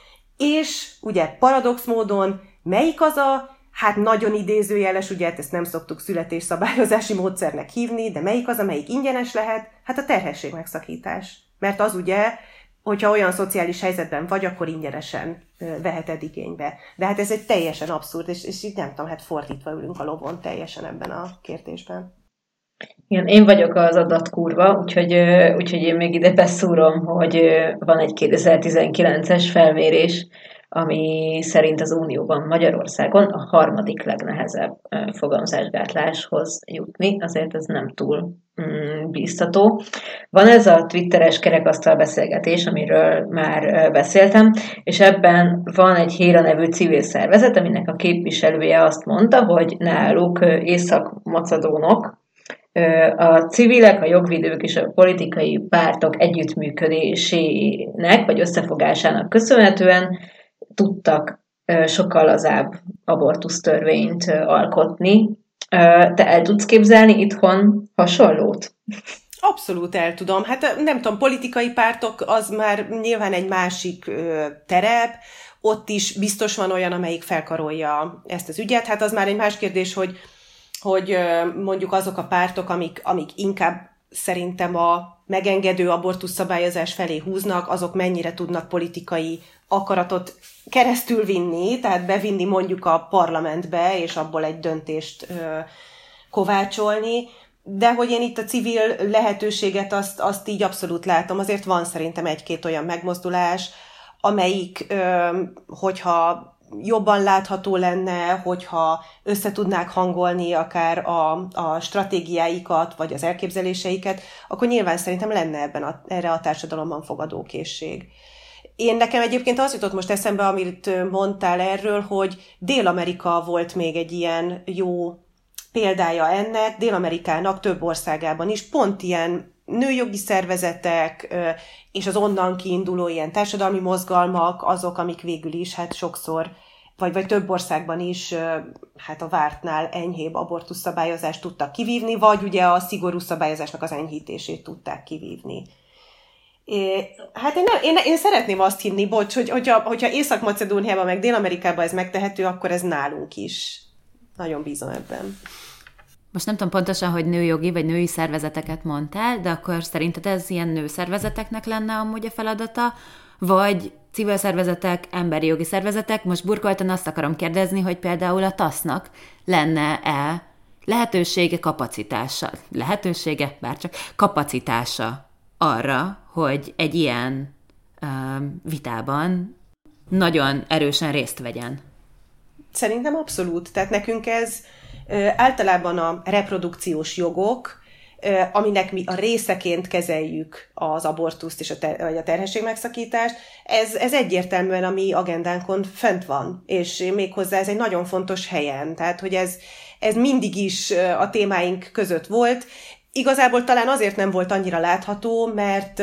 És ugye paradox módon melyik az hát nagyon idézőjeles, ugye ezt nem szoktuk születésszabályozási módszernek hívni, de melyik az, amelyik ingyenes lehet? Hát a terhesség megszakítás. Mert az ugye, hogyha olyan szociális helyzetben vagy, akkor ingyenesen veheted igénybe. De hát ez egy teljesen abszurd, és így nem tudom, hát fordítva ülünk a lovon teljesen ebben a kérdésben. Igen, én vagyok az adatkurva, úgyhogy én még ide beszúrom, hogy van egy 2019-es felmérés, ami szerint az Unióban, Magyarországon a harmadik legnehezebb fogamzásgátláshoz jutni, azért ez nem túl bíztató. Van ez a twitteres kerekasztal beszélgetés, amiről már beszéltem, és ebben van egy HÉRA nevű civil szervezet, aminek a képviselője azt mondta, hogy náluk észak-macedónok a civilek, a jogvédők és a politikai pártok együttműködésének, vagy összefogásának köszönhetően tudtak sokkal lazább abortusztörvényt alkotni. Te el tudsz képzelni itthon hasonlót? Abszolút el tudom. Hát nem tudom, politikai pártok az már nyilván egy másik terep, ott is biztos van olyan, amelyik felkarolja ezt az ügyet. Hát az már egy más kérdés, hogy mondjuk azok a pártok, amik inkább szerintem a megengedő abortuszszabályozás felé húznak, azok mennyire tudnak politikai akaratot keresztül vinni, tehát bevinni mondjuk a parlamentbe, és abból egy döntést kovácsolni. De hogy én itt a civil lehetőséget, azt így abszolút látom. Azért van szerintem egy-két olyan megmozdulás, amelyik, hogyha jobban látható lenne, hogyha összetudnák hangolni akár a stratégiáikat, vagy az elképzeléseiket, akkor nyilván szerintem lenne erre a társadalomban fogadókészség. Nekem egyébként az jutott most eszembe, amit mondtál erről, hogy Dél-Amerika volt még egy ilyen jó példája ennek, Dél-Amerikának több országában is pont ilyen nőjogi szervezetek és az onnan kiinduló ilyen társadalmi mozgalmak azok, amik végül is hát sokszor, vagy több országban is hát a vártnál enyhébb abortuszszabályozást tudtak kivívni, vagy ugye a szigorú szabályozásnak az enyhítését tudták kivívni. Hát én szeretném azt hinni, hogyha Észak-Macedóniában meg Dél-Amerikában ez megtehető, akkor ez nálunk is. Nagyon bízom ebben. Most nem tudom pontosan, hogy nőjogi vagy női szervezeteket mondtál, de akkor szerinted ez ilyen nőszervezeteknek lenne amúgy a feladata, vagy civil szervezetek, emberi jogi szervezetek? Most burkoltan azt akarom kérdezni, hogy például a TASZ-nak lenne-e kapacitása arra, hogy egy ilyen vitában nagyon erősen részt vegyen? Szerintem abszolút. Tehát nekünk ez általában a reprodukciós jogok, aminek mi a részeként kezeljük az abortuszt és a terhesség megszakítást, ez egyértelműen a mi agendánkon fent van, és méghozzá ez egy nagyon fontos helyen. Tehát, hogy ez mindig is a témáink között volt. Igazából talán azért nem volt annyira látható, mert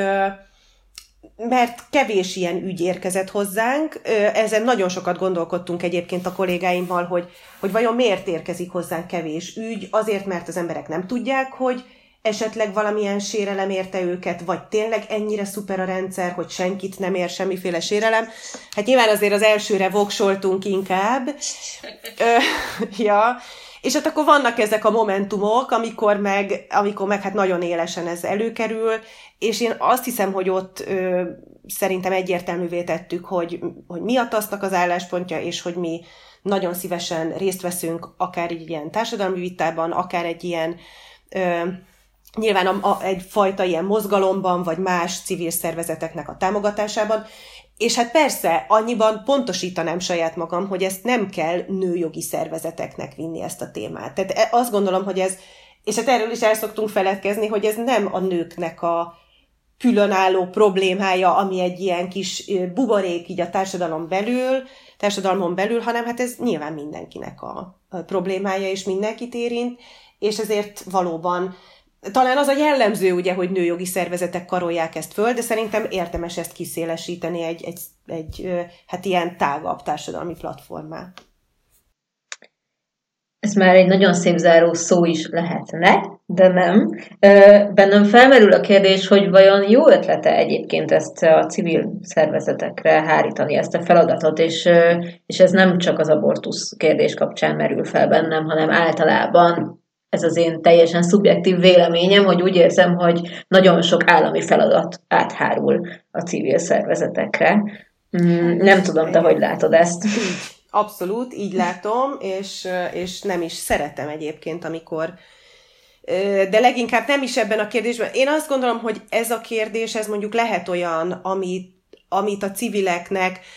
kevés ilyen ügy érkezett hozzánk. Ezen nagyon sokat gondolkodtunk egyébként a kollégáimmal, hogy vajon miért érkezik hozzánk kevés ügy. Azért, mert az emberek nem tudják, hogy esetleg valamilyen sérelem érte őket, vagy tényleg ennyire szuper a rendszer, hogy senkit nem ér semmiféle sérelem. Hát nyilván azért az elsőre voksoltunk inkább. Ja. És hát akkor vannak ezek a momentumok, amikor meg hát nagyon élesen ez előkerül, és én azt hiszem, hogy ott szerintem egyértelművé tettük, hogy mi a TASZ-nak az álláspontja, és hogy mi nagyon szívesen részt veszünk akár egy ilyen társadalmi vitában, akár egy ilyen nyilván egyfajta ilyen mozgalomban, vagy más civil szervezeteknek a támogatásában. És hát persze, annyiban pontosítanám saját magam, hogy ezt nem kell nőjogi szervezeteknek vinni ezt a témát. Tehát azt gondolom, hogy ez, és hát erről is el szoktunk feledkezni, hogy ez nem a nőknek a különálló problémája, ami egy ilyen kis buborék így a társadalmon belül, hanem hát ez nyilván mindenkinek a problémája, és mindenkit érint, és ezért valóban talán az a jellemző, ugye, hogy nőjogi szervezetek karolják ezt föl, de szerintem érdemes ezt kiszélesíteni egy hát ilyen tágabb társadalmi platformá. Ez már egy nagyon szép záró szó is lehetne, de nem. Bennem felmerül a kérdés, hogy vajon jó ötlete egyébként ezt a civil szervezetekre hárítani, ezt a feladatot, és ez nem csak az abortusz kérdés kapcsán merül fel bennem, hanem általában ez az én teljesen szubjektív véleményem, hogy úgy érzem, hogy nagyon sok állami feladat áthárul a civil szervezetekre. Nem tudom, te hogy látod ezt? Abszolút, így látom, és nem is szeretem egyébként, amikor... De leginkább nem is ebben a kérdésben. Én azt gondolom, hogy ez a kérdés, ez mondjuk lehet olyan, amit a civileknek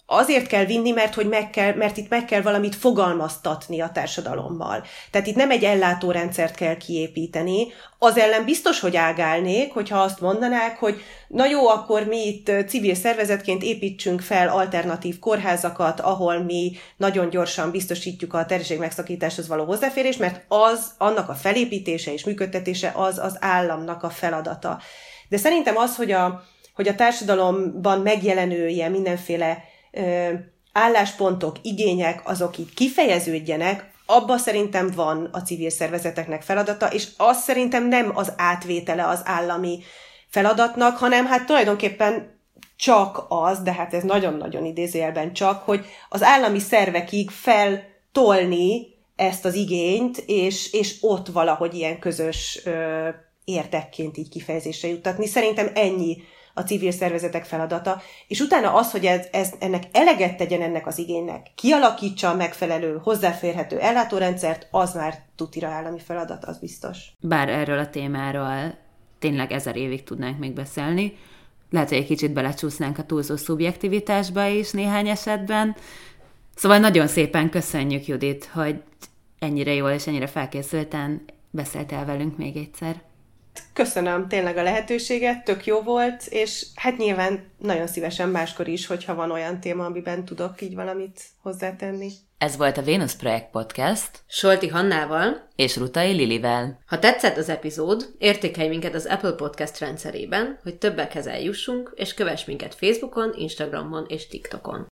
azért kell vinni, mert itt meg kell valamit fogalmaztatni a társadalommal. Tehát itt nem egy ellátórendszert kell kiépíteni. Az ellen biztos, hogy ágálnék, hogyha azt mondanák, hogy na jó, akkor mi itt civil szervezetként építsünk fel alternatív kórházakat, ahol mi nagyon gyorsan biztosítjuk a terhességmegszakításhoz való hozzáférést, mert annak a felépítése és működtetése az államnak a feladata. De szerintem az, hogy a társadalomban megjelenő ilyen mindenféle álláspontok, igények, azok így kifejeződjenek, abba szerintem van a civil szervezeteknek feladata, és az szerintem nem az átvétele az állami feladatnak, hanem hát tulajdonképpen csak az, de hát ez nagyon-nagyon idézőjelben csak, hogy az állami szervekig feltolni ezt az igényt, és ott valahogy ilyen közös érdekként így kifejezésre juttatni. Szerintem ennyi a civil szervezetek feladata, és utána az, hogy ennek eleget tegyen ennek az igénynek, kialakítsa a megfelelő, hozzáférhető ellátórendszert, az már tutira állami feladat, az biztos. Bár erről a témáról tényleg 1000 évig tudnánk még beszélni, lehet, hogy egy kicsit belecsúsznánk a túlzó szubjektivitásba is néhány esetben. Szóval nagyon szépen köszönjük, Judit, hogy ennyire jól és ennyire felkészülten beszéltél velünk még egyszer. Köszönöm tényleg a lehetőséget, tök jó volt, és hát nyilván nagyon szívesen máskor is, hogyha van olyan téma, amiben tudok így valamit hozzátenni. Ez volt a Vénusz Projekt Podcast Solti Hannával és Rutai Lilivel. Ha tetszett az epizód, értékelj minket az Apple Podcast rendszerében, hogy többekhez eljussunk, és kövess minket Facebookon, Instagramon és TikTokon.